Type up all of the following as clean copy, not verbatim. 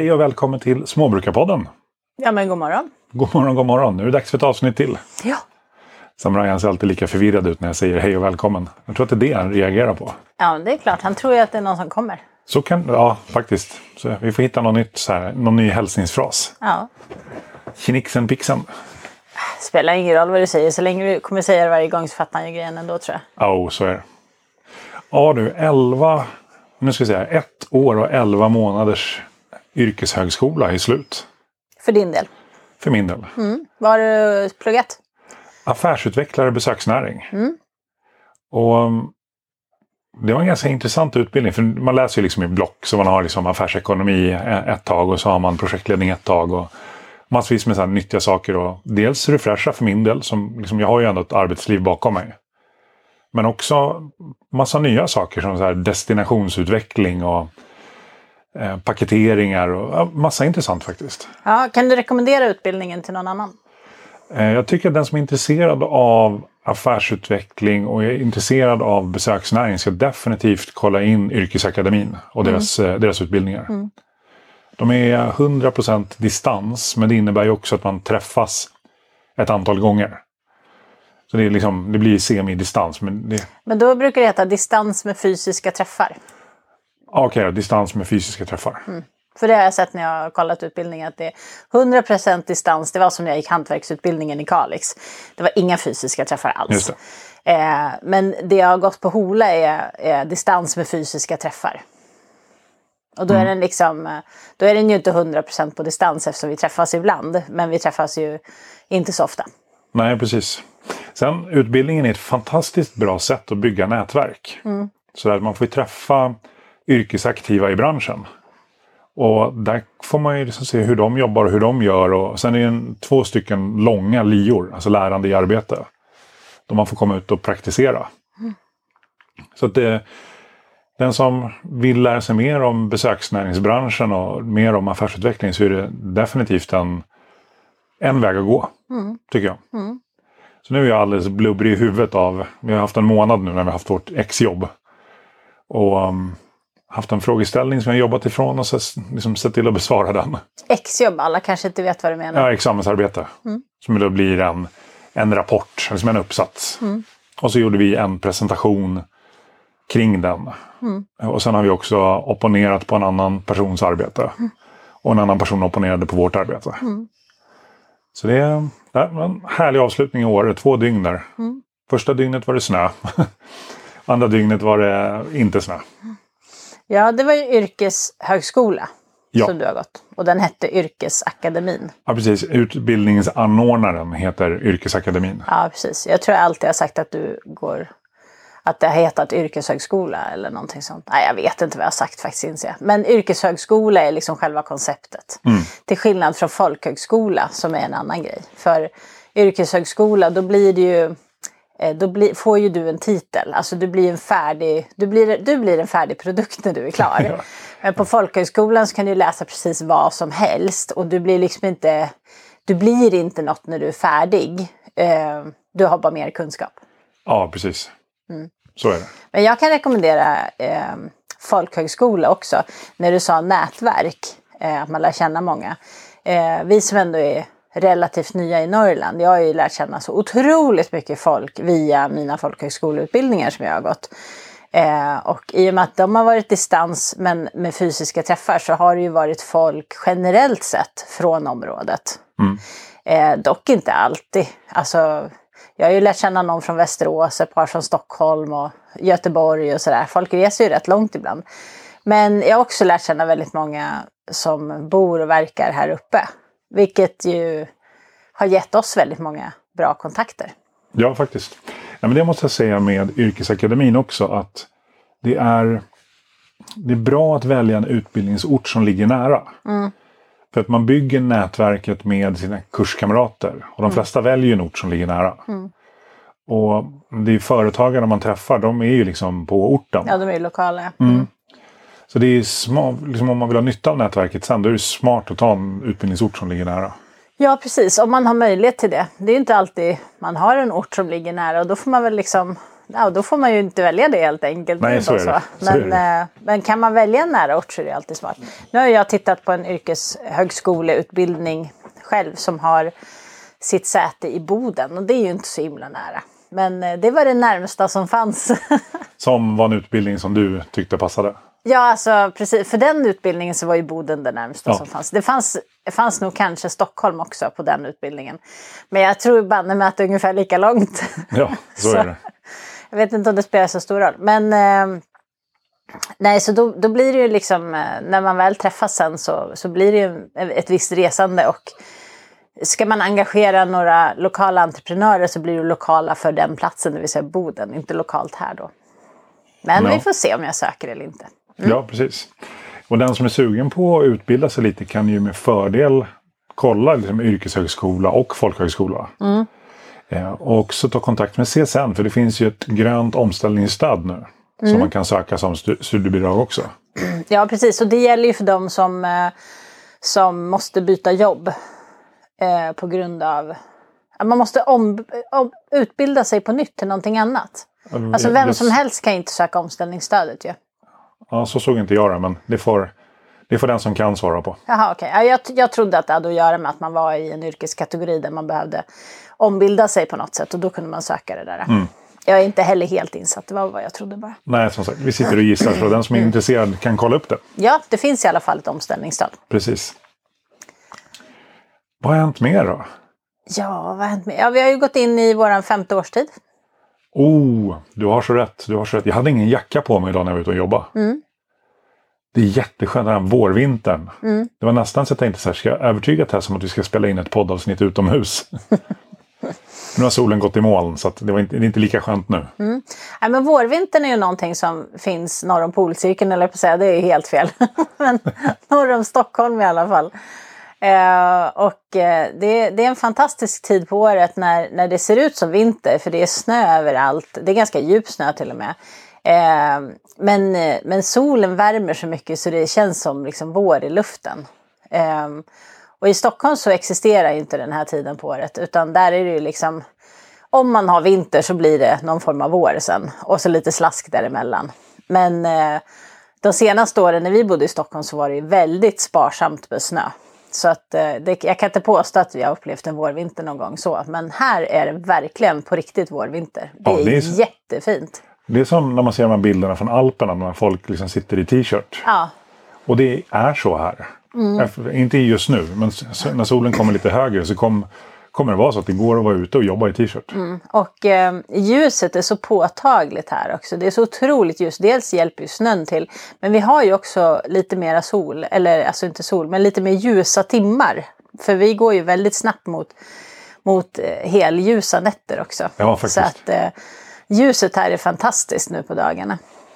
Hej och välkommen till Småbrukarpodden. Ja, men god morgon. God morgon, god morgon. Nu är det dags för ett avsnitt till. Ja. Ryan ser alltid lika förvirrad ut när jag säger hej och välkommen. Jag tror att det är det han reagerar på. Ja, det är klart. Han tror ju att det är någon som kommer. Så kan, ja, faktiskt. Så vi får hitta något nytt, så här, någon ny hälsningsfras. Ja. Kinixen pixen. Spelar ingen roll vad du säger. Så länge du kommer säga det varje gång så fattar han ju grejen ändå, tror jag. Ja, så är det. Ja du, 1 år och 11 månaders yrkeshögskola i slut. För din del? För min del. Vad har du pluggat? Affärsutvecklare besöksnäring. Och det var en ganska intressant utbildning. För man läser ju liksom i block. Så man har liksom affärsekonomi ett tag. Och så har man projektledning ett tag. Och massvis med så här nyttiga saker. Och dels refresha för min del. Som liksom, jag har ju ändå ett arbetsliv bakom mig. Men också massa nya saker. Som så här destinationsutveckling och paketeringar. Och massa intressant faktiskt. Ja, kan du rekommendera utbildningen till någon annan? Jag tycker att den som är intresserad av affärsutveckling och är intresserad av besöksnäring ska definitivt kolla in Yrkesakademin och deras utbildningar. De är 100% distans, men det innebär ju också att man träffas ett antal gånger. Så det, är liksom, det blir semi-distans. Men då brukar det heta distans med fysiska träffar. Okej, distans med fysiska träffar. För det har jag sett när jag har kollat utbildningen att det är 100% distans. Det var som när jag gick hantverksutbildningen i Kalix. Det var inga fysiska träffar alls. Just det. Men det jag har gått på Hola är distans med fysiska träffar. Och då är den liksom, då är den ju inte 100% på distans eftersom vi träffas ibland. Men vi träffas ju inte så ofta. Nej, precis. Sen utbildningen är ett fantastiskt bra sätt att bygga nätverk. Så att man får träffa yrkesaktiva i branschen. Och där får man ju liksom se hur de jobbar och hur de gör. Och sen är det 2 stycken långa lior, alltså lärande i arbete. Då man får komma ut och praktisera. Så att den som vill lära sig mer om besöksnäringsbranschen och mer om affärsutveckling så är det definitivt en väg att gå, tycker jag. Så nu är jag alldeles blubbrig i huvudet vi har haft en månad nu när vi har haft vårt exjobb. Och haft en frågeställning som jag jobbat ifrån och så liksom sett till att besvara den. Exjobb, alla kanske inte vet vad du menar. Ja, examensarbete. Som då blir en rapport, liksom en uppsats. Och så gjorde vi en presentation kring den. Och sen har vi också opponerat på en annan persons arbete. Och en annan person opponerade på vårt arbete. Så det var en härlig avslutning i året, 2 dygn där. Första dygnet var det snö. Andra dygnet var det inte snö. Ja, det var ju yrkeshögskola som du har gått. Och den hette Yrkesakademin. Ja, precis. Utbildningsanordnaren heter Yrkesakademin. Ja, precis. Jag tror alltid har sagt att det har hetat yrkeshögskola eller någonting sånt. Nej, jag vet inte vad jag har sagt faktiskt, inser jag. Men yrkeshögskola är liksom själva konceptet. Till skillnad från folkhögskola som är en annan grej. För yrkeshögskola, då blir det ju... får ju du en titel. Alltså du blir en färdig produkt när du är klar. Men på folkhögskolan så kan du läsa precis vad som helst. Och du blir inte något när du är färdig. Du har bara mer kunskap. Ja, precis. Så är det. Men jag kan rekommendera folkhögskola också. När du sa nätverk. Att man lär känna många. Vi som ändå är relativt nya i Norrland. Jag har ju lärt känna så otroligt mycket folk via mina folkhögskoleutbildningar som jag har gått. Och i och med att de har varit distans men med fysiska träffar så har det ju varit folk generellt sett från området. Dock inte alltid. Alltså, jag har ju lärt känna någon från Västerås, ett par från Stockholm och Göteborg och sådär. Folk reser ju rätt långt ibland. Men jag har också lärt känna väldigt många som bor och verkar här uppe. Vilket ju har gett oss väldigt många bra kontakter. Ja, faktiskt. Ja, men det måste jag säga med Yrkesakademin också. Att det är bra att välja en utbildningsort som ligger nära. För att man bygger nätverket med sina kurskamrater. Och de flesta väljer en ort som ligger nära. Och det är företagare man träffar, de är ju liksom på orten. Ja, de är ju lokala. Så det är smart, liksom om man vill ha nytta av nätverket sen, då är det smart att ta en utbildningsort som ligger nära. Ja, precis. Om man har möjlighet till det. Det är ju inte alltid man har en ort som ligger nära och då får man väl liksom... Ja, då får man ju inte välja det helt enkelt. Nej, så är det. Men kan man välja en nära ort så är det alltid smart. Nu har jag tittat på en yrkeshögskoleutbildning själv som har sitt säte i Boden. Och det är ju inte så himla nära. Men det var det närmsta som fanns. Som var en utbildning som du tyckte passade? Ja, alltså precis. För den utbildningen så var ju Boden det närmsta som fanns. Det fanns nog kanske Stockholm också på den utbildningen. Men jag tror banne med att det är ungefär lika långt. Ja, så är det. Jag vet inte om det spelar så stor roll. Men nej, så då blir det ju liksom, när man väl träffas sen så blir det ju ett visst resande. Och ska man engagera några lokala entreprenörer så blir det lokala för den platsen, det vill säga Boden, inte lokalt här då. Men vi får se om jag söker eller inte. Ja, precis. Och den som är sugen på att utbilda sig lite kan ju med fördel kolla liksom yrkeshögskola och folkhögskola. Och också ta kontakt med CSN, för det finns ju ett grönt omställningsstöd nu som man kan söka som studiebidrag också. Ja, precis. Och det gäller ju för dem som måste byta jobb på grund av att man måste utbilda sig på nytt till någonting annat. Alltså vem som helst kan inte söka omställningsstödet ju. Ja, så såg inte jag det, men det får den som kan svara på. Jaha, okej. Ja, jag trodde att det hade att göra med att man var i en yrkeskategori där man behövde ombilda sig på något sätt och då kunde man söka det där. Jag är inte heller helt insatt, det var vad jag trodde bara. Nej, som sagt, vi sitter och gissar så den som är intresserad kan kolla upp det. Ja, det finns i alla fall ett omställningsstöd. Precis. Vad har hänt mer då? Ja, vad har hänt mer? Ja, vi har ju gått in i våran 5:e årstid. Du har så rätt. Jag hade ingen jacka på mig idag när jag var ute och jobbade. Det är jätteskönt den här vårvintern. Det var nästan så jag tänkte så här, ska jag övertyga det här som att vi ska spela in ett poddavsnitt utomhus? Nu har solen gått i moln så att det är inte lika skönt nu. Ja, men vårvintern är ju någonting som finns norr om polcirkeln, eller på att säga, det är helt fel. Men norr om Stockholm i alla fall. Det är en fantastisk tid på året när det ser ut som vinter, för det är snö överallt. Det är ganska djup snö till och med. Men solen värmer så mycket så det känns som liksom vår i luften. Och i Stockholm så existerar inte den här tiden på året, utan där är det ju liksom, om man har vinter så blir det någon form av vår sen och så lite slask däremellan. Men de senaste åren när vi bodde i Stockholm så var det ju väldigt sparsamt med snö. Så att jag kan inte påstå att vi har upplevt en vårvinter någon gång så. Men här är det verkligen på riktigt vårvinter. Det är jättefint. Det är som när man ser de här bilderna från Alperna när folk liksom sitter i t-shirt. Ja. Och det är så här. Inte just nu, men när solen kommer lite högre så kommer det vara så att det går att vara ute och jobba i t-shirt. Och ljuset är så påtagligt här också. Det är så otroligt ljus. Dels hjälper ju snön till. Men vi har ju också lite mera sol. Eller alltså inte sol, men lite mer ljusa timmar. För vi går ju väldigt snabbt mot helljusa nätter också. Ja, faktiskt. Så att ljuset här är fantastiskt nu på dagarna.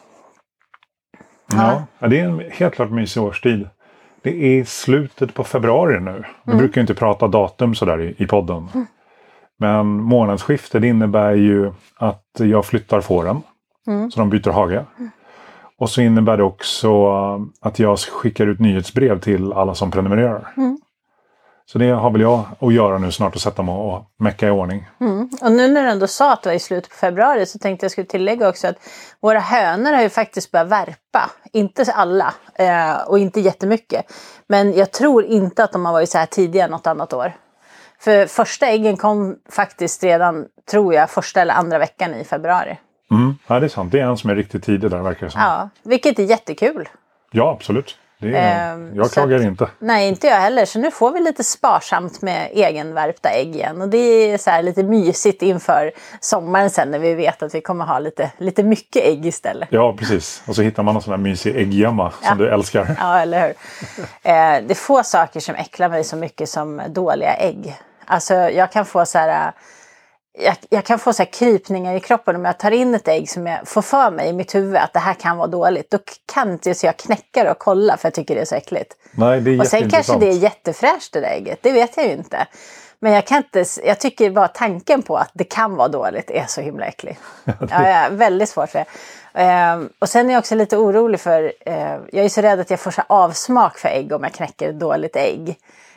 Ja, det är en helt klart mysig årstid. Det är slutet på februari nu. Vi brukar ju inte prata datum sådär i podden. Men månadsskiftet innebär ju att jag flyttar fåren. Så de byter hage. Och så innebär det också att jag skickar ut nyhetsbrev till alla som prenumererar. Så det har väl jag att göra nu snart, att sätta mig och mecka i ordning. Och nu när du ändå sa att det var i slutet på februari så tänkte jag skulle tillägga också att våra hönor har ju faktiskt börjat värpa. Inte alla och inte jättemycket. Men jag tror inte att de har varit så här tidiga något annat år. För första äggen kom faktiskt redan, tror jag, första eller andra veckan i februari. Ja, det är sant. Det är en som är riktigt tidig där, verkar det som. Ja, vilket är jättekul. Ja, absolut. Jag klagar inte. Nej, inte jag heller. Så nu får vi lite sparsamt med egenvärpta ägg igen. Och det är så här lite mysigt inför sommaren sen när vi vet att vi kommer ha lite mycket ägg istället. Ja, precis. Och så hittar man någon sån här mysig ägggömma som du älskar. Ja, eller hur. Det är få saker som äcklar mig så mycket som dåliga ägg. Alltså jag kan få så här... Jag kan få så här krypningar i kroppen om jag tar in ett ägg som jag får för mig i mitt huvud att det här kan vara dåligt. Då kan inte jag knäcka det och kolla för jag tycker det är så äckligt. Nej, det är och sen kanske det är jättefräscht det där ägget, det vet jag ju inte. Men jag tycker bara tanken på att det kan vara dåligt är så himla äcklig. Jag är väldigt svårt för det. Och sen är jag också lite orolig för, jag är så rädd att jag får så avsmak för ägg om jag knäcker ett dåligt ägg.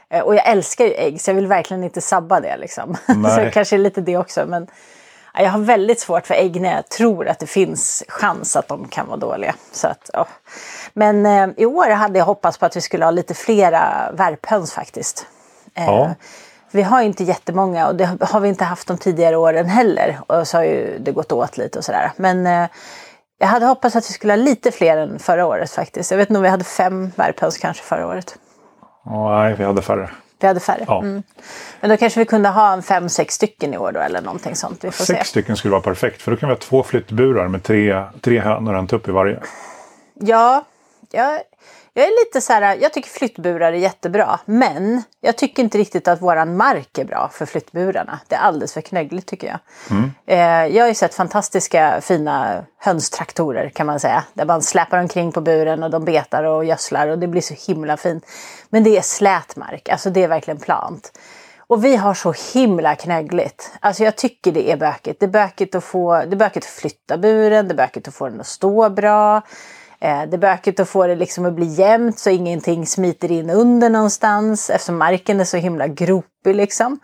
Och jag älskar ju ägg så jag vill verkligen inte sabba det liksom. Så kanske lite det också. Men jag har väldigt svårt för ägg när jag tror att det finns chans att de kan vara dåliga. Så att, ja. Men i år hade jag hoppats på att vi skulle ha lite flera värphöns faktiskt. Ja. Vi har inte jättemånga och det har vi inte haft de tidigare åren heller. Och så har ju det gått åt lite och sådär. Men jag hade hoppats att vi skulle ha lite fler än förra året faktiskt. Jag vet nog vi hade 5 värphöns kanske förra året. Nej, vi hade färre. Vi hade färre? Ja. Men då kanske vi kunde ha 5-6 stycken i år då eller någonting sånt. Vi får 6 stycken skulle vara perfekt för då kan vi ha 2 flyttburar med 3 hönor och en tupp i varje. Ja, jag är lite så här, jag tycker flyttburar är jättebra. Men jag tycker inte riktigt att våran mark är bra för flyttburarna. Det är alldeles för knöggligt tycker jag. Jag har ju sett fantastiska fina hönstraktorer kan man säga. Där man släpar omkring på buren och de betar och gödslar och det blir så himla fint. Men det är slät mark, alltså det är verkligen plant. Och vi har så himla knöggligt. Alltså jag tycker det är bökigt. Det är bökigt att flytta buren, det är bökigt att få den att stå bra. Det är bökigt att få det liksom att bli jämnt så ingenting smiter in under någonstans eftersom marken är så himla gropig liksom.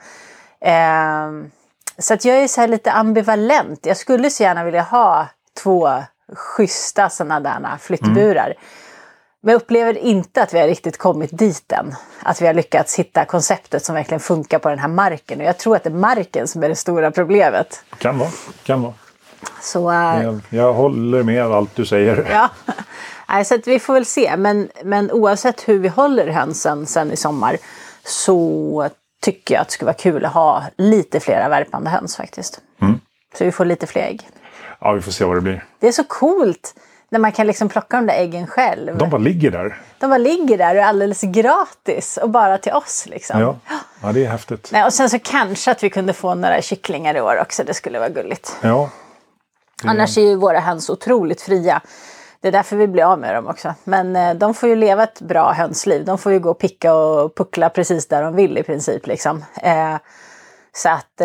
Så att jag är så här lite ambivalent. Jag skulle så gärna vilja ha 2 schyssta sådana där flyttburar. Men jag upplever inte att vi har riktigt kommit dit än. Att vi har lyckats hitta konceptet som verkligen funkar på den här marken. Och jag tror att det är marken som är det stora problemet. Kan vara. Så, jag håller med allt du säger. Ja, så att vi får väl se. Men oavsett hur vi håller hönsen sen i sommar så tycker jag att det skulle vara kul att ha lite flera värpande höns faktiskt. Så vi får lite fler ägg. Ja, vi får se vad det blir. Det är så coolt när man kan liksom plocka de där äggen själv. De bara ligger där. De bara ligger där och är alldeles gratis och bara till oss liksom. Ja det är häftigt. Nej, och sen så kanske att vi kunde få några kycklingar i år också. Det skulle vara gulligt. Ja. Annars är ju våra höns otroligt fria. Det är därför vi blir av med dem också. Men de får ju leva ett bra hönsliv. De får ju gå och picka och puckla precis där de vill i princip. Liksom. Så att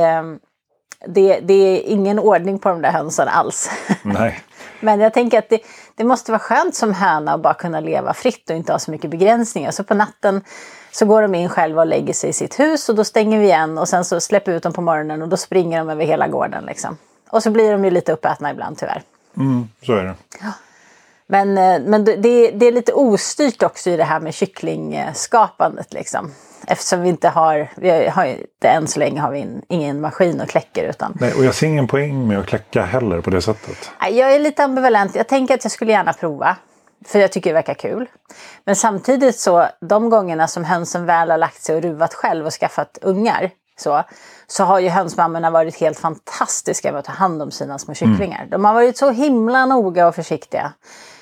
det är ingen ordning på de där hönsen alls. Nej. Men jag tänker att det måste vara skönt som höna att bara kunna leva fritt och inte ha så mycket begränsningar. Så på natten så går de in själva och lägger sig i sitt hus och då stänger vi igen och sen så släpper vi ut dem på morgonen och då springer de över hela gården liksom. Och så blir de ju lite uppätna ibland tyvärr. Så är det. Ja. Men det är lite ostyrt också i det här med kycklingskapandet liksom. Eftersom vi har inte än så länge har vi ingen maskin och kläcker utan... Nej, och jag ser ingen poäng med att kläcka heller på det sättet. Jag är lite ambivalent. Jag tänker att jag skulle gärna prova. För jag tycker det verkar kul. Men samtidigt så, de gångerna som hönsen väl har lagt sig och ruvat själv och skaffat ungar så har ju hönsmammorna varit helt fantastiska med att ta hand om sina små kycklingar. De har varit så himla noga och försiktiga.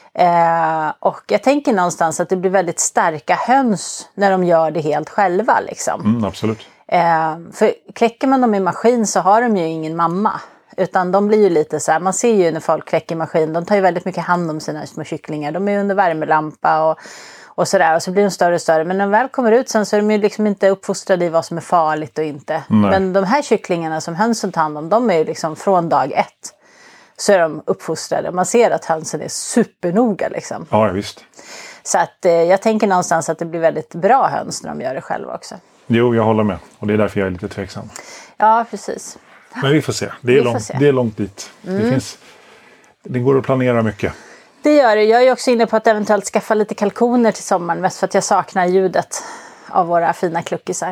Och jag tänker någonstans att det blir väldigt starka höns när de gör det helt själva liksom. Absolut. För kläcker man dem i maskin så har de ju ingen mamma. Utan de blir ju lite så här, man ser ju när folk kläcker maskin, de tar ju väldigt mycket hand om sina små kycklingar. De är ju under värmelampa och sådär, och så blir de större och större. Men när de väl kommer ut sen så är de ju liksom inte uppfostrade i vad som är farligt och inte. Nej. Men de här kycklingarna som hönsen tar hand om, de är ju liksom från dag 1. Så är de uppfostrade. Man ser att hönsen är supernoga liksom. Ja, visst. Så att jag tänker någonstans att det blir väldigt bra höns när de gör det själva också. Jo, jag håller med. Och det är därför jag är lite tveksam. Ja, precis. Men vi får se. Det är långt dit. Det går att planera mycket. Det gör det. Jag är också inne på att eventuellt skaffa lite kalkoner till sommaren. Mest för att jag saknar ljudet av våra fina kluckisar.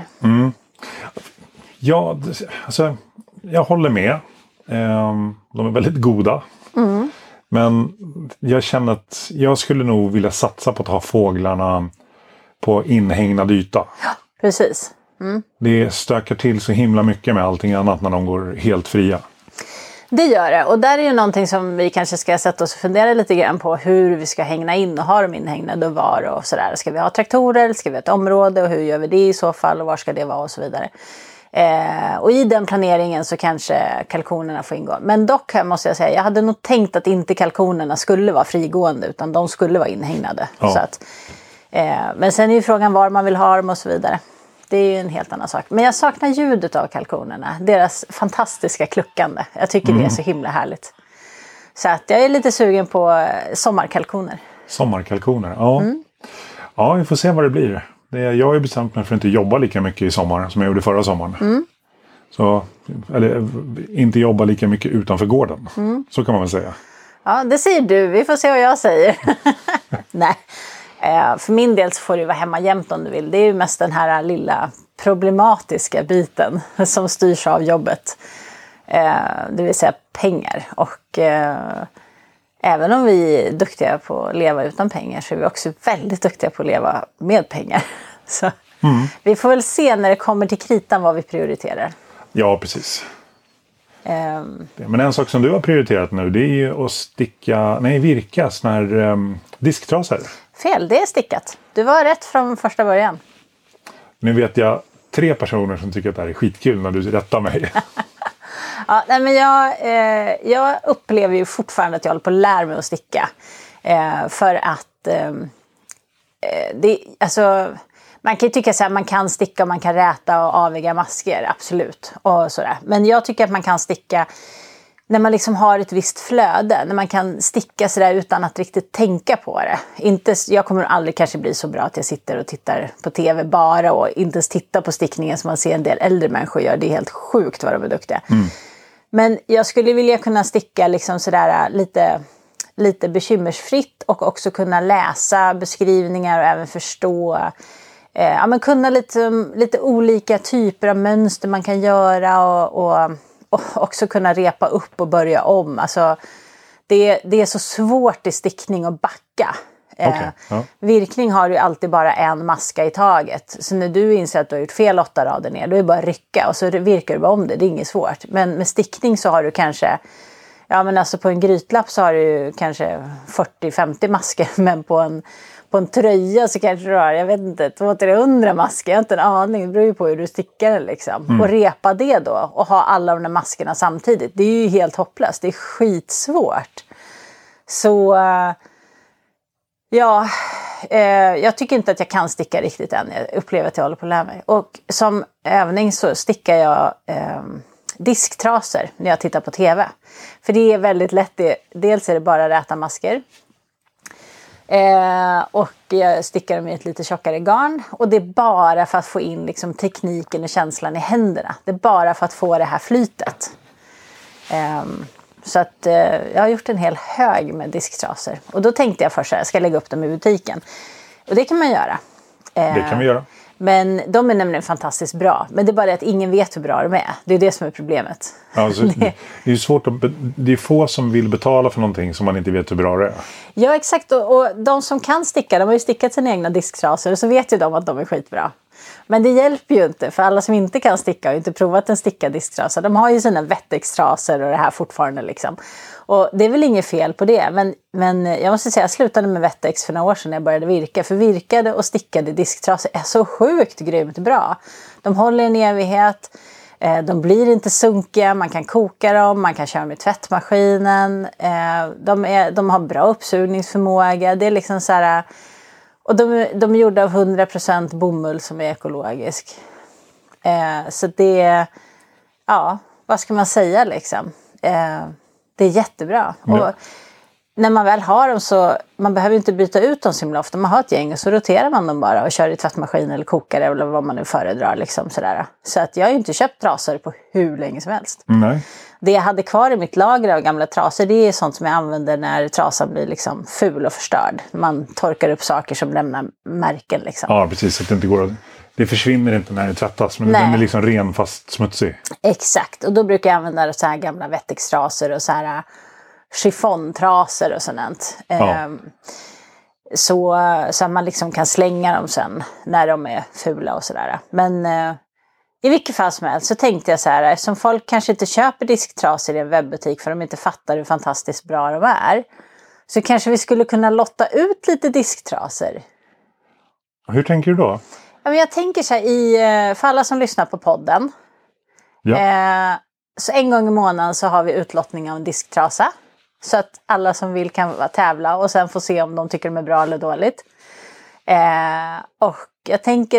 Ja, alltså, jag håller med. De är väldigt goda. Men jag känner att jag skulle nog vilja satsa på att ha fåglarna på inhägnad yta. Ja, precis. Det stökar till så himla mycket med allting annat när de går helt fria. Det gör det. Och där är ju någonting som vi kanske ska sätta oss och fundera lite grann på. Hur vi ska hängna in och ha dem inhägnade och var och sådär. Ska vi ha traktorer? Ska vi ha ett område? Och hur gör vi det i så fall? Och var ska det vara? Och så vidare. Och i den planeringen så kanske kalkonerna får ingå. Men dock här måste jag säga, jag hade nog tänkt att inte kalkonerna skulle vara frigående utan de skulle vara inhägnade. Ja. Så att, men sen är ju frågan var man vill ha dem och så vidare. Det är ju en helt annan sak. Men jag saknar ljudet av kalkonerna. Deras fantastiska kluckande. Jag tycker det är så himla härligt. Så att jag är lite sugen på sommarkalkoner. Sommarkalkoner, ja. Ja, vi får se vad det blir. Jag har ju bestämt mig för att inte jobba lika mycket i sommar som jag gjorde förra sommaren. Så, eller inte jobba lika mycket utanför gården. Så kan man väl säga. Ja, det säger du. Vi får se vad jag säger. Nej. För min del så får du vara hemma jämt om du vill. Det är ju mest den här lilla problematiska biten som styrs av jobbet. Det vill säga pengar. Och även om vi är duktiga på att leva utan pengar så är vi också väldigt duktiga på att leva med pengar. Så vi får väl se när det kommer till kritan vad vi prioriterar. Ja, precis. Men en sak som du har prioriterat nu, det är ju att virka såna här disktrasor. Fel, det är stickat. Du var rätt från första början. Nu vet jag 3 personer som tycker att det här är skitkul när du rättar mig. Ja, nej, men jag upplever ju fortfarande att jag håller på att lära mig att sticka. För att man kan ju tycka så här, man kan sticka och man kan räta och avväga masker, absolut. Och sådär. Men jag tycker att man kan sticka när man liksom har ett visst flöde. När man kan sticka sådär utan att riktigt tänka på det. Jag kommer aldrig kanske bli så bra att jag sitter och tittar på tv bara och inte ens tittar på stickningen som man ser en del äldre människor gör. Det är helt sjukt vad de är duktiga. Men jag skulle vilja kunna sticka liksom sådär lite bekymmersfritt och också kunna läsa beskrivningar och även förstå. Men kunna lite olika typer av mönster man kan göra och också kunna repa upp och börja om. Alltså, det är så svårt i stickning att backa. Okay, ja. Virkning har ju alltid bara en maska i taget. Så när du inser att du har gjort fel 8 rader ner, då är det bara att rycka och så virkar du bara om det. Det är inget svårt. Men med stickning så har du kanske, alltså på en grytlapp så har du kanske 40-50 masker, men på en tröja så kanske du har, jag vet inte, 200-300 masker. Jag har inte en aning, det beror ju på hur du stickar det liksom. Och repa det då och ha alla de där maskerna samtidigt. Det är ju helt hopplöst, det är skitsvårt. Så jag tycker inte att jag kan sticka riktigt än. Jag upplever att jag håller på att lära mig. Och som övning så stickar jag disktrasor när jag tittar på tv. För det är väldigt lätt. Dels är det bara räta masker. Och jag stickar dem i ett lite tjockare garn. Och det är bara för att få in liksom tekniken och känslan i händerna. Det är bara för att få det här flytet. Så att jag har gjort en hel hög med disktrasor. Och då tänkte jag först att jag ska lägga upp dem i butiken. Och det kan man göra. Det kan vi göra. Men de är nämligen fantastiskt bra. Men det är bara det att ingen vet hur bra de är. Det är det som är problemet. Alltså, det är ju svårt det är få som vill betala för någonting som man inte vet hur bra det är. Ja, exakt. Och de som kan sticka, de har ju stickat sina egna disktrasor. Och så vet ju de att de är skitbra. Men det hjälper ju inte. För alla som inte kan sticka och inte provat en stickad disktrasa. De har ju sina Wettex-trasor och det här fortfarande liksom. Och det är väl inget fel på det. Men jag måste säga, jag slutade med Wettex för några år sedan när jag började virka. För virkade och stickade disktrasor är så sjukt grymt bra. De håller en evighet. De blir inte sunkiga. Man kan koka dem. Man kan köra dem i tvättmaskinen. De har bra uppsugningsförmåga. Det är liksom så här. Och de är gjorda av 100% bomull som är ekologisk. Så det är, vad ska man säga liksom. Det är jättebra. Ja. Och när man väl har dem så, man behöver inte byta ut dem så himla ofta. Man har ett gäng och så roterar man dem bara och kör i tvättmaskin eller kokar eller vad man nu föredrar. Liksom, sådär. Så att jag har ju inte köpt trasor på hur länge som helst. Nej. Det jag hade kvar i mitt lager av gamla trasor, det är sånt som jag använder när trasan blir liksom ful och förstörd. Man torkar upp saker som lämnar märken liksom. Ja, precis. Att det inte går. Det försvinner inte när det tvättas, men den är liksom ren fast smutsig. Exakt, och då brukar jag använda så här gamla Wettex-trasor och så här chiffontrasor och sånt. Ja. Så att man liksom kan slänga dem sen när de är fula och sådär. Men i vilket fall som helst så tänkte jag så här, eftersom folk kanske inte köper disktrasor i en webbutik för de inte fattar hur fantastiskt bra de är, så kanske vi skulle kunna lotta ut lite disktrasor. Hur tänker du då? Ja, men jag tänker så här, för alla som lyssnar på podden. Ja. Så en gång i månaden så har vi utlottning av en disktrasa. Så att alla som vill kan tävla och sen få se om de tycker de är bra eller dåligt. Och jag tänker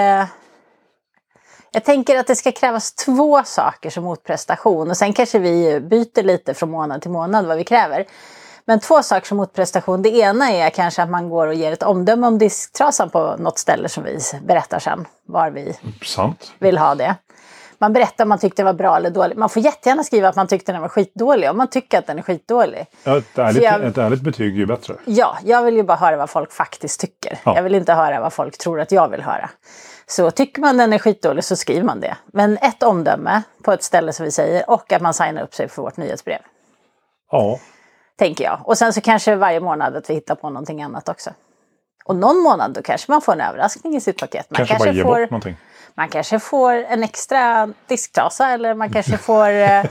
att det ska krävas 2 saker som motprestation. Och sen kanske vi byter lite från månad till månad vad vi kräver. Men 2 saker som motprestation. Det ena är kanske att man går och ger ett omdöme om disktrasan på något ställe som vi berättar sen. Var vi vill ha det. Man berättar om man tyckte den var bra eller dålig. Man får jättegärna skriva att man tyckte den var skitdålig. Om man tycker att den är skitdålig. Ja, ett ärligt betyg är ju bättre. Ja, jag vill ju bara höra vad folk faktiskt tycker. Ja. Jag vill inte höra vad folk tror att jag vill höra. Så tycker man den är skitdålig så skriver man det. Men ett omdöme på ett ställe som vi säger. Och att man signar upp sig för vårt nyhetsbrev. Ja. Tänker jag. Och sen så kanske varje månad att vi hittar på någonting annat också. Och någon månad då kanske man får en överraskning i sitt paket. Man kanske bara ger bort någonting. Man kanske får en extra disktrasa eller man kanske får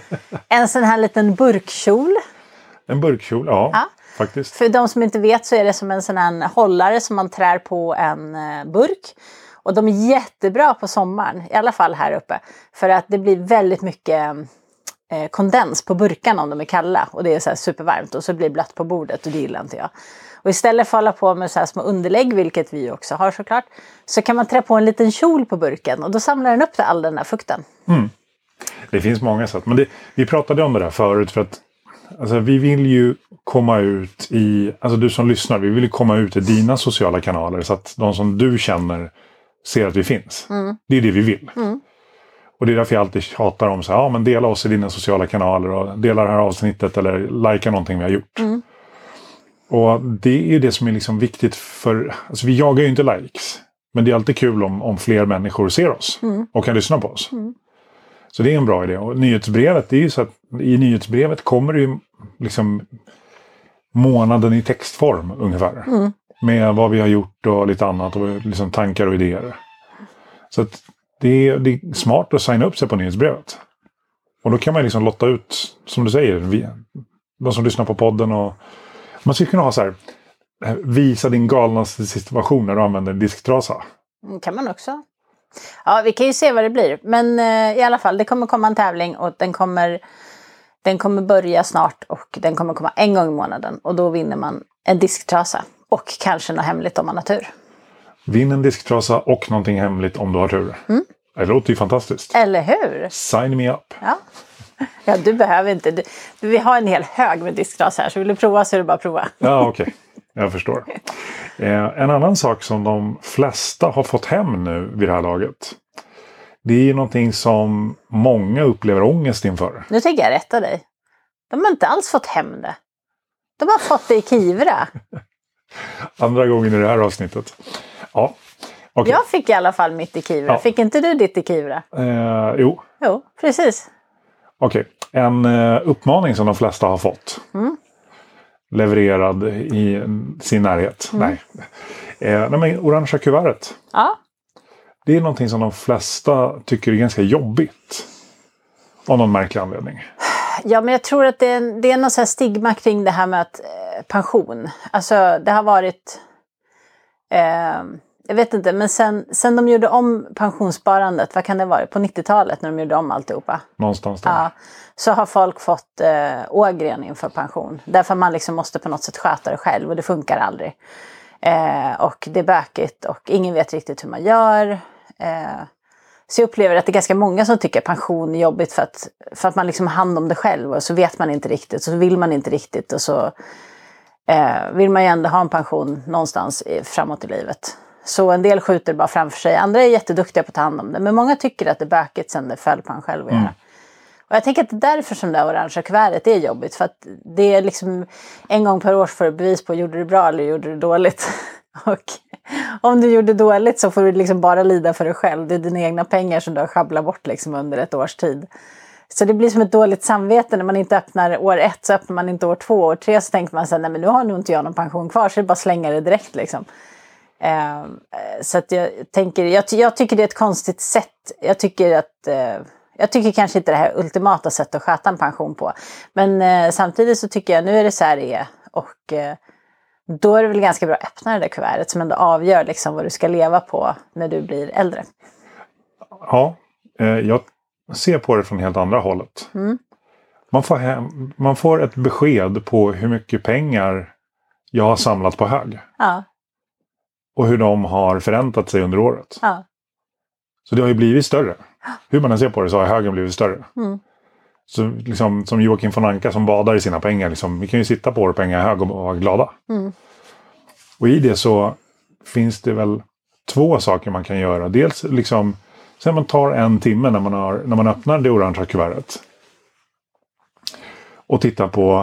en sån här liten burkkjol. En burkkjol, ja. Faktiskt. För de som inte vet så är det som en sån här hållare som man trär på en burk. Och de är jättebra på sommaren, i alla fall här uppe. För att det blir väldigt mycket kondens på burkarna om de är kalla. Och det är så här supervarmt och så blir det blött på bordet och det gillar inte jag. Och istället för att hålla på med så här små underlägg, vilket vi också har såklart, så kan man trä på en liten kjol på burken och då samlar den upp all den här fukten. Mm. Det finns många sätt, men vi pratade om det där förut för att alltså, vi vill ju komma ut i, alltså du som lyssnar, vi vill ju komma ut i dina sociala kanaler så att de som du känner ser att vi finns. Mm. Det är det vi vill. Mm. Och det är därför jag alltid tjatar om så här, ja men dela oss i dina sociala kanaler och dela det här avsnittet eller likea någonting vi har gjort. Mm. Och det är ju det som är liksom viktigt för, alltså vi jagar ju inte likes. Men det är alltid kul om fler människor ser oss och kan lyssna på oss. Mm. Så det är en bra idé. Och nyhetsbrevet, det är ju så att i nyhetsbrevet kommer det ju liksom månaden i textform ungefär. Mm. Med vad vi har gjort och lite annat och liksom tankar och idéer. Så att det är smart att signa upp sig på nyhetsbrevet. Och då kan man liksom lotta ut, som du säger, de som lyssnar på podden och man skulle kunna ha så här, visa din galnaste situation när du använder en disktrasa. Kan man också. Ja, vi kan ju se vad det blir. Men i alla fall, det kommer komma en tävling och den kommer börja snart och den kommer komma en gång i månaden. Och då vinner man en disktrasa och kanske något hemligt om man har tur. Vinn en disktrasa och någonting hemligt om du har tur. Mm. Det låter ju fantastiskt. Eller hur? Sign me up. Ja, du behöver inte. Vi har en hel hög med disktrasa här så vill du prova så är det bara att prova. Ja, okej. Jag förstår. En annan sak som de flesta har fått hem nu vid det här laget. Det är någonting som många upplever ångest inför. Nu tänker jag rätta dig. De har inte alls fått hem det. De har fått det i Kivra. Andra gången i det här avsnittet. Ja. Okay. Jag fick i alla fall mitt i Kivra. Ja. Fick inte du ditt i Kivra? Jo. Jo, precis. Okej. En uppmaning som de flesta har fått. Mm. Levererad i sin närhet. Mm. Nej, men orangea kuvertet. Ja. Det är någonting som de flesta tycker är ganska jobbigt. Av någon märklig anledning. Ja, men jag tror att det är någon så här stigma kring det här med att pension. Alltså det har varit jag vet inte, men sen de gjorde om pensionssparandet, vad kan det vara? På 90-talet när de gjorde om alltihopa. Någonstans där. Ja, så har folk fått ågren inför pension. Därför man liksom måste på något sätt sköta det själv och det funkar aldrig. Och det är bökigt och ingen vet riktigt hur man gör. Så jag upplever att det är ganska många som tycker att pension är jobbigt för att man liksom har hand om det själv och så vet man inte riktigt, så vill man inte riktigt och så vill man ju ändå ha en pension någonstans framåt i livet. Så en del skjuter bara framför sig, andra är jätteduktiga på att ta hand om det, men många tycker att det är bökigt sen det föll på en själv att göra. Och jag tänker att det är därför som det orangea kuvertet är jobbigt, för att det är liksom en gång per år för att bevis på gjorde du bra eller gjorde du dåligt. Och om du gjorde dåligt så får du liksom bara lida för dig själv. Det är dina egna pengar som du har schabblat bort liksom under ett års tid. Så det blir som ett dåligt samvete när man inte öppnar år 1, så öppnar man inte år 2, år 3, så tänker man så här, nej men nu har nog inte jag någon pension kvar, så det är bara slänga det direkt liksom. Så att jag tycker det är ett konstigt sätt. Jag tycker kanske inte det här ultimata sättet att sköta en pension på. Men samtidigt så tycker jag nu är det så här det är. Och då är det väl ganska bra att öppna det där kuvertet som ändå avgör liksom vad du ska leva på när du blir äldre. Ja, jag ser på det från helt andra hållet. Mm. Man får ett besked på hur mycket pengar jag har samlat på hög. Ja. Och hur de har förräntat sig under året. Ja. Så det har ju blivit större. Hur man än ser på det så har högen blivit större. Mm. Så liksom, som Joakim von Anka som badar i sina pengar. Liksom, vi kan ju sitta på våra pengar hög och vara glada. Och i det så finns det väl 2 saker man kan göra. Dels liksom, sen man tar en timme när man öppnar det orangea kuvertet. Och tittar på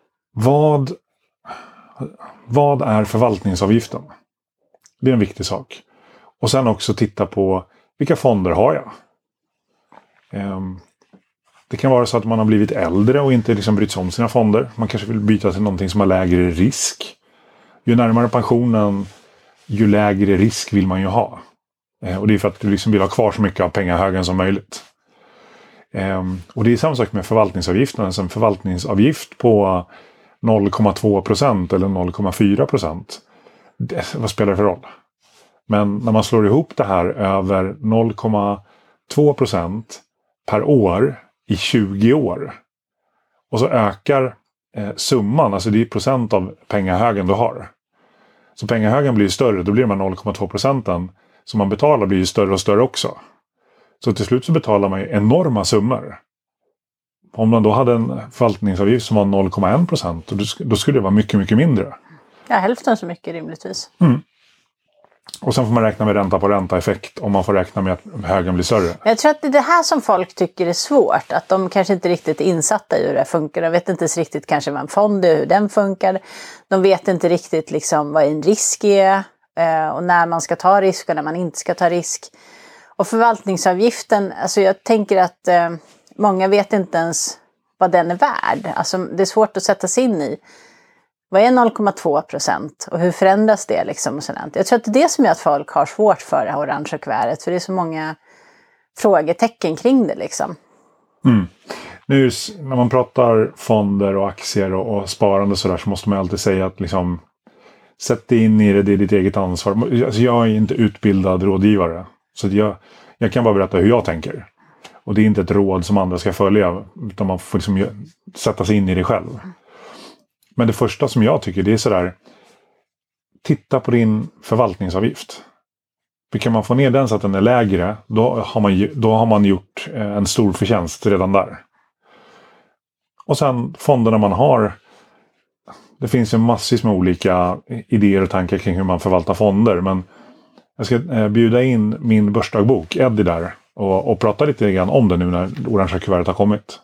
vad är förvaltningsavgiften? Det är en viktig sak. Och sen också titta på vilka fonder har jag? Det kan vara så att man har blivit äldre och inte liksom brytt sig om sina fonder. Man kanske vill byta till någonting som har lägre risk. Ju närmare pensionen, ju lägre risk vill man ju ha. Och det är för att du liksom vill ha kvar så mycket av pengahögen som möjligt. Och det är samma sak med förvaltningsavgiften. Alltså en förvaltningsavgift på 0,2% eller 0,4%. Vad spelar det för roll? Men när man slår ihop det här över 0,2% per år i 20 år. Och så ökar summan, alltså det är procent av pengahögen du har. Så pengahögen blir större, då blir de här 0,2% som man betalar blir ju större och större också. Så till slut så betalar man ju enorma summor. Om man då hade en förvaltningsavgift som var 0,1%, då skulle det vara mycket, mycket mindre. Ja, hälften så mycket rimligtvis. Och sen får man räkna med ränta på ränta-effekt om man får räkna med att högen blir större. Jag tror att det är det här som folk tycker är svårt. Att de kanske inte riktigt är insatta i hur det funkar. De vet inte riktigt kanske vad en fond är, hur den funkar. De vet inte riktigt liksom vad en risk är. Och när man ska ta risk och när man inte ska ta risk. Och förvaltningsavgiften, alltså jag tänker att många vet inte ens vad den är värd. Alltså det är svårt att sätta sig in i. Vad är 0,2% och hur förändras det liksom? Och sådant. Jag tror att det är det som gör att folk har svårt för det här orangea kuvertet. För det är så många frågetecken kring det liksom. Nu när man pratar fonder och aktier och sparande och sådär, så måste man alltid säga att liksom, sätt dig in i det, det är ditt eget ansvar. Alltså jag är inte utbildad rådgivare. Så jag kan bara berätta hur jag tänker. Och det är inte ett råd som andra ska följa, utan man får liksom sätta sig in i det själv. Men det första som jag tycker, det är sådär, titta på din förvaltningsavgift. För kan man få ner den så att den är lägre, då har man gjort en stor förtjänst redan där. Och sen fonderna man har, det finns ju massvis med olika idéer och tankar kring hur man förvaltar fonder. Men jag ska bjuda in min börsdagbok, Eddie, där och prata lite grann om det nu när orangea kuvertet har kommit.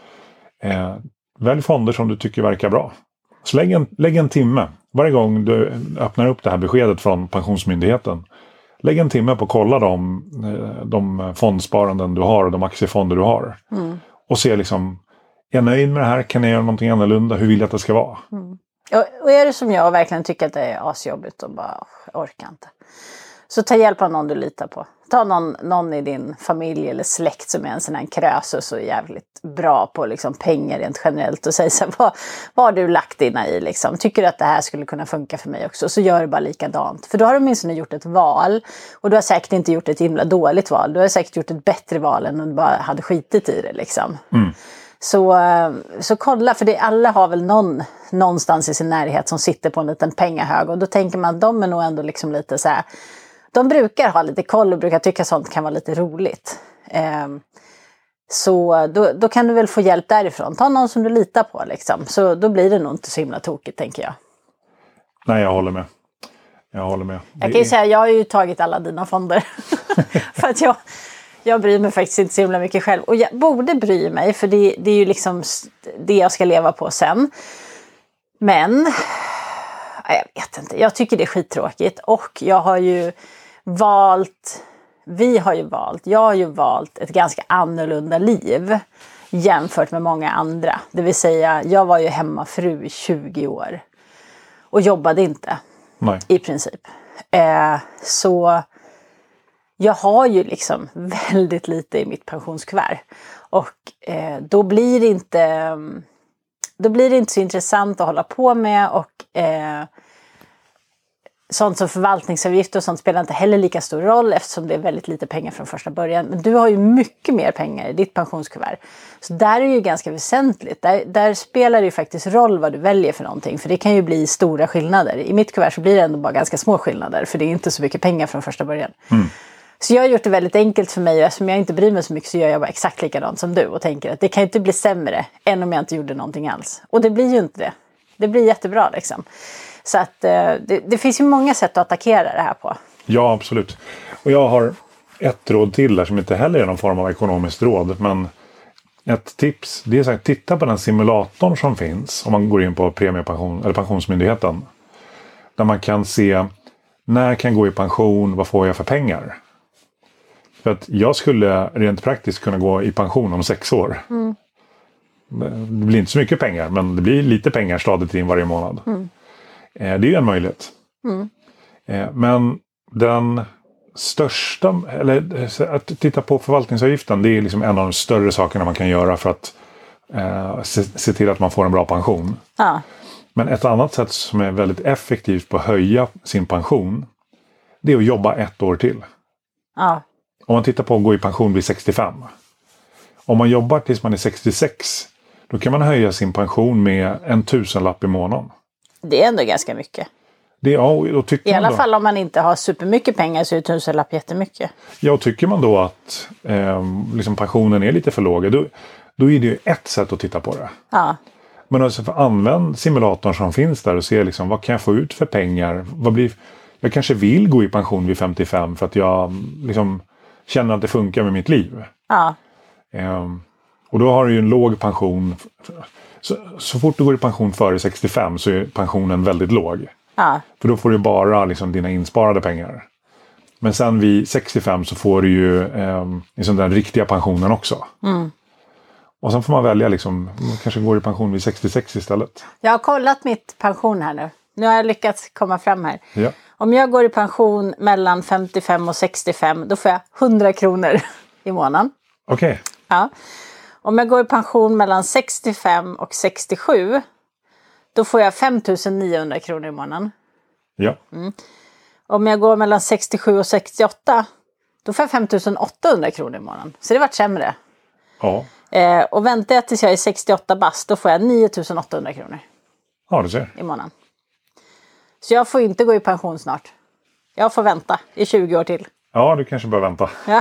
Välj fonder som du tycker verkar bra. Så lägg en timme. Varje gång du öppnar upp det här beskedet från Pensionsmyndigheten. Lägg en timme på att kolla de fondsparanden du har och de aktiefonder du har. Och se liksom, är jag nöjd med det här? Kan jag göra någonting annorlunda? Hur vill jag att det ska vara? Och är det som jag verkligen tycker att det är asjobbigt och bara orkar inte. Så ta hjälp av någon du litar på. Ta någon i din familj eller släkt som är en sån här krösus och jävligt bra på liksom pengar rent generellt. Och säg så här, vad har du lagt dina i liksom? Tycker du att det här skulle kunna funka för mig också? Så gör du bara likadant. För då har du åtminstone gjort ett val. Och du har säkert inte gjort ett himla dåligt val. Du har säkert gjort ett bättre val än om du bara hade skitit i det liksom. Så kolla, för alla har väl någonstans i sin närhet som sitter på en liten pengahög. Och då tänker man att de är nog ändå liksom lite så här. De brukar ha lite koll och brukar tycka sånt kan vara lite roligt. Så då kan du väl få hjälp därifrån. Ta någon som du litar på liksom. Så då blir det nog inte så himla tokigt, tänker jag. Nej, jag håller med. Jag kan ju säga, jag har ju tagit alla dina fonder. För att jag bryr mig faktiskt inte så himla mycket själv. Och jag borde bry mig, för det är ju liksom det jag ska leva på sen. Men jag vet inte, jag tycker det är skittråkigt. Och jag har ju jag har ju valt ett ganska annorlunda liv jämfört med många andra. Det vill säga, jag var ju hemmafru i 20 år och jobbade inte. Nej. I princip. Så jag har ju liksom väldigt lite i mitt pensionskuvert. Och då blir det inte så intressant att hålla på med. Och sånt som förvaltningsavgift och sånt spelar inte heller lika stor roll, eftersom det är väldigt lite pengar från första början. Men du har ju mycket mer pengar i ditt pensionskuvert. Så där är det ju ganska väsentligt. Där spelar det ju faktiskt roll vad du väljer för någonting. För det kan ju bli stora skillnader. I mitt kuvert så blir det ändå bara ganska små skillnader. För det är inte så mycket pengar från första början. Så jag har gjort det väldigt enkelt för mig och eftersom jag inte bryr mig så mycket så gör jag bara exakt likadant som du och tänker att det kan inte bli sämre än om jag inte gjorde någonting alls. Och det blir ju inte det. Det blir jättebra liksom. Så att det finns ju många sätt att attackera det här på. Ja, absolut. Och jag har ett råd till där som inte heller är någon form av ekonomiskt råd. Men ett tips, det är så här, titta på den simulatorn som finns om man går in på premiepension eller Pensionsmyndigheten. Där man kan se när kan jag gå i pension, vad får jag för pengar? För att jag skulle rent praktiskt kunna gå i pension om 6 år. Mm. Det blir inte så mycket pengar, men det blir lite pengar stadigt in varje månad. Mm. Det är ju en möjlighet. Mm. Men den största, eller att titta på förvaltningsavgiften, det är liksom en av de större sakerna man kan göra för att se till att man får en bra pension. Ja. Men ett annat sätt som är väldigt effektivt på att höja sin pension, det är att jobba 1 år till. Ja. Om man tittar på att gå i pension vid 65. Om man jobbar tills man är 66, då kan man höja sin pension med 1 000-lapp i månaden. Det är ändå ganska mycket. Det, ja, då tycker I alla fall om man inte har supermycket pengar så är 1 000-lapp jättemycket. Ja, och tycker man då att liksom pensionen är lite för låg, då är det ju ett sätt att titta på det. Ja. Men alltså använd simulatorn som finns där och se liksom, vad kan jag få ut för pengar? Jag kanske vill gå i pension vid 55 för att jag liksom känner att det funkar med mitt liv. Ja. Och då har du ju en låg pension. Så fort du går i pension före 65 så är pensionen väldigt låg. Ja. För då får du bara liksom dina insparade pengar. Men sen vid 65 så får du ju liksom den riktiga pensionen också. Mm. Och sen får man välja liksom, man kanske går i pension vid 66 istället. Jag har kollat mitt pension här nu. Nu har jag lyckats komma fram här. Ja. Om jag går i pension mellan 55 och 65, då får jag 100 kronor i månaden. Okej. Okay. Ja. Om jag går i pension mellan 65 och 67, då får jag 5 900 kronor i månaden. Ja. Mm. Om jag går mellan 67 och 68, då får jag 5 800 kronor i månaden. Så det vart sämre. Ja. Och väntar jag tills jag är 68 bast, då får jag 9 800 kronor. Ja, du ser. I månaden. Så jag får inte gå i pension snart. Jag får vänta i 20 år till. Ja, du kanske bör vänta. Ja.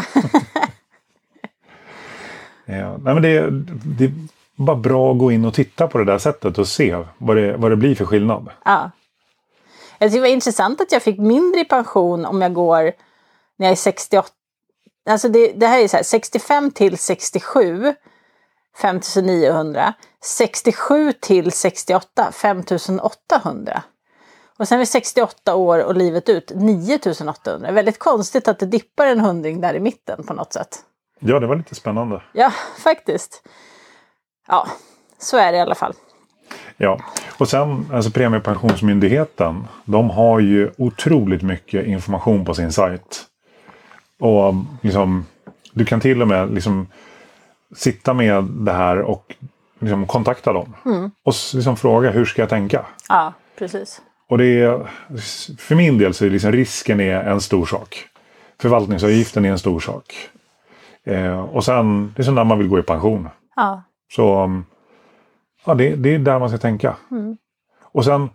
Ja, nej men det är bara bra att gå in och titta på det där sättet och se vad det blir för skillnad. Ja. Jag tycker det var intressant att jag fick mindre i pension om jag går när jag är 68. Alltså det här är så här, 65 till 67 5 900. 67 till 68 5 800. Och sen vid 68 år och livet ut 9 800. Det är väldigt konstigt att det dippar en 100 där i mitten på något sätt. Ja, det var lite spännande. Ja, faktiskt. Ja, så är det i alla fall. Ja, och sen alltså Premiepensionsmyndigheten, de har ju otroligt mycket information på sin sajt. Och liksom, du kan till och med liksom sitta med det här och liksom kontakta dem. Mm. Och liksom fråga, hur ska jag tänka? Ja, precis. Och det är, för min del så är liksom risken är en stor sak. Förvaltningsavgiften är en stor sak. Och sen, det är som när man vill gå i pension. Ja. Så ja, det är där man ska tänka. Mm. Och sen,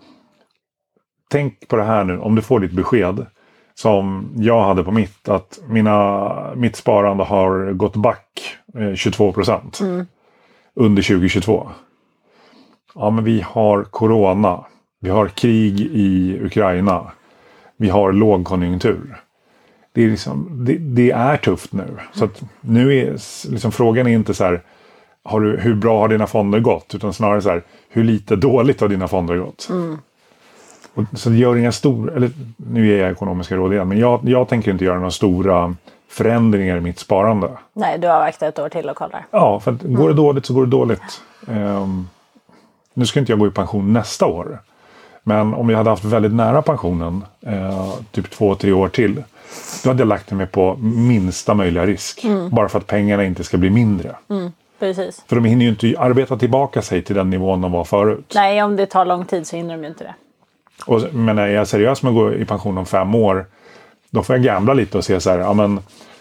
tänk på det här nu, om du får ditt besked som jag hade på mitt, att mitt sparande har gått back 22% under 2022. Ja, men vi har corona, vi har krig i Ukraina, vi har lågkonjunktur. Det är, liksom, det är tufft nu. Så att nu är liksom, frågan är inte så här, hur bra har dina fonder gått? Utan snarare så här, hur lite dåligt har dina fonder gått? Mm. Och, så det gör inga stora, eller nu ger jag ekonomiska råd igen, men jag tänker inte göra några stora förändringar i mitt sparande. Nej, du har vaktat ett år till och kollar. Ja, för att går det dåligt så går det dåligt. Nu ska inte jag gå i pension nästa år. Men om jag hade haft väldigt nära pensionen, typ 2-3 år till, då hade jag lagt mig på minsta möjliga risk. Bara för att pengarna inte ska bli mindre. Precis. För de hinner ju inte arbeta tillbaka sig till den nivån de var förut. Nej, om det tar lång tid så hinner de ju inte det. Och, men är jag seriös med att gå i pension om 5 år, då får jag gambla lite och se så här, ja men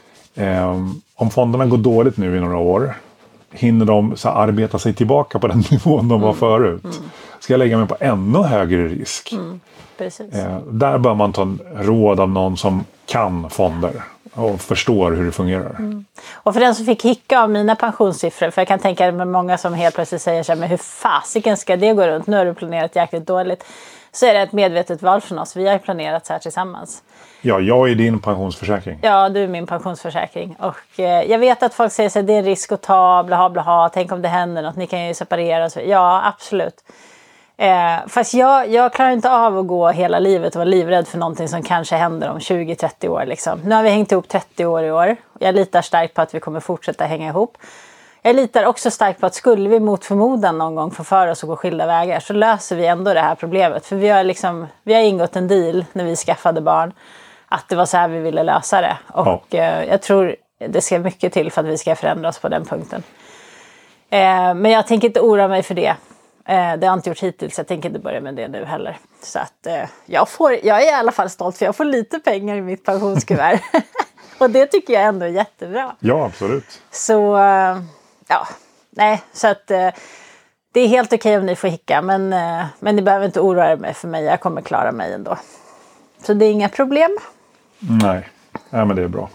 om fonderna går dåligt nu i några år, hinner de så arbeta sig tillbaka på den nivån de var förut? Ska jag lägga mig på ännu högre risk? Precis. Där bör man ta råd av någon som kan fonder och förstår hur det fungerar. Och för den som fick hicka av mina pensionssiffror, för jag kan tänka mig många som helt plötsligt säger så här, men hur fasiken ska det gå runt? Nu har du planerat jäkligt dåligt. Så är det ett medvetet val från oss. Vi har planerat så här tillsammans. Ja, jag är din pensionsförsäkring. Ja, du är min pensionsförsäkring. Och jag vet att folk säger att det är en risk att ta, blaha blaha, tänk om det händer något, ni kan ju separera. Så. Ja, absolut. Fast jag klarar inte av att gå hela livet och vara livrädd för någonting som kanske händer om 20-30 år. Liksom. Nu har vi hängt ihop 30 år i år. Jag litar starkt på att vi kommer fortsätta hänga ihop. Jag litar också starkt på att skulle vi mot förmodan någon gång få för oss att gå skilda vägar så löser vi ändå det här problemet. För vi har ingått en deal när vi skaffade barn att det var så här vi ville lösa det. Och jag tror det ska mycket till för att vi ska förändra oss på den punkten. Men jag tänker inte oroa mig för det. Det har jag inte gjort hittills, jag tänker inte börja med det nu heller. Så att jag är i alla fall stolt för jag får lite pengar i mitt pensionskuvert. Och det tycker jag ändå är jättebra. Ja, absolut. Så så att det är helt okej om ni får hicka. Men ni behöver inte oroa er för mig, jag kommer klara mig ändå. Så det är inga problem. Nej, men det är bra.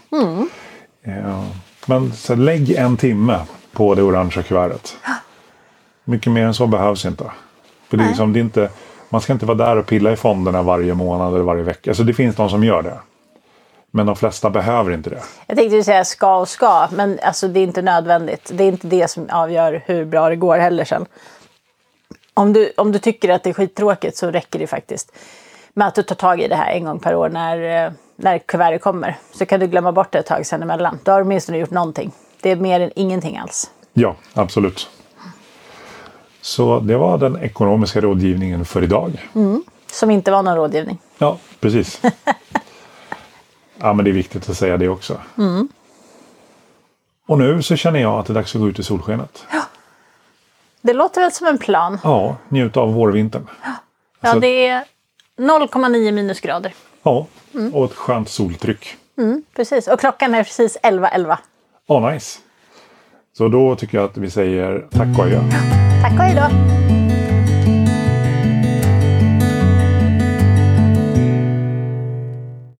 Men så lägg 1 timme på det orangea kuvertet. Mycket mer än så behövs inte. För det är liksom, det är inte, man ska inte vara där och pilla i fonderna varje månad eller varje vecka. Alltså det finns de som gör det. Men de flesta behöver inte det. Jag tänkte säga ska. Men alltså det är inte nödvändigt. Det är inte det som avgör hur bra det går heller sen. Om du tycker att det är skittråkigt så räcker det faktiskt med att du tar tag i det här en gång per år när kuvertet kommer. Så kan du glömma bort det ett tag sen emellan. Då har du åtminstone gjort någonting. Det är mer än ingenting alls. Ja, absolut. Så det var den ekonomiska rådgivningen för idag. Som inte var någon rådgivning. Ja, precis. Ja, men det är viktigt att säga det också. Och nu så känner jag att det är dags att gå ut i solskenet. Ja. Det låter väl som en plan. Ja, njuta av vårvintern. Ja, så det är 0,9 minusgrader. Ja, och ett skönt soltryck. Precis, och klockan är precis 11:11. Nice. Så då tycker jag att vi säger tack och adjö. Tack och hej då.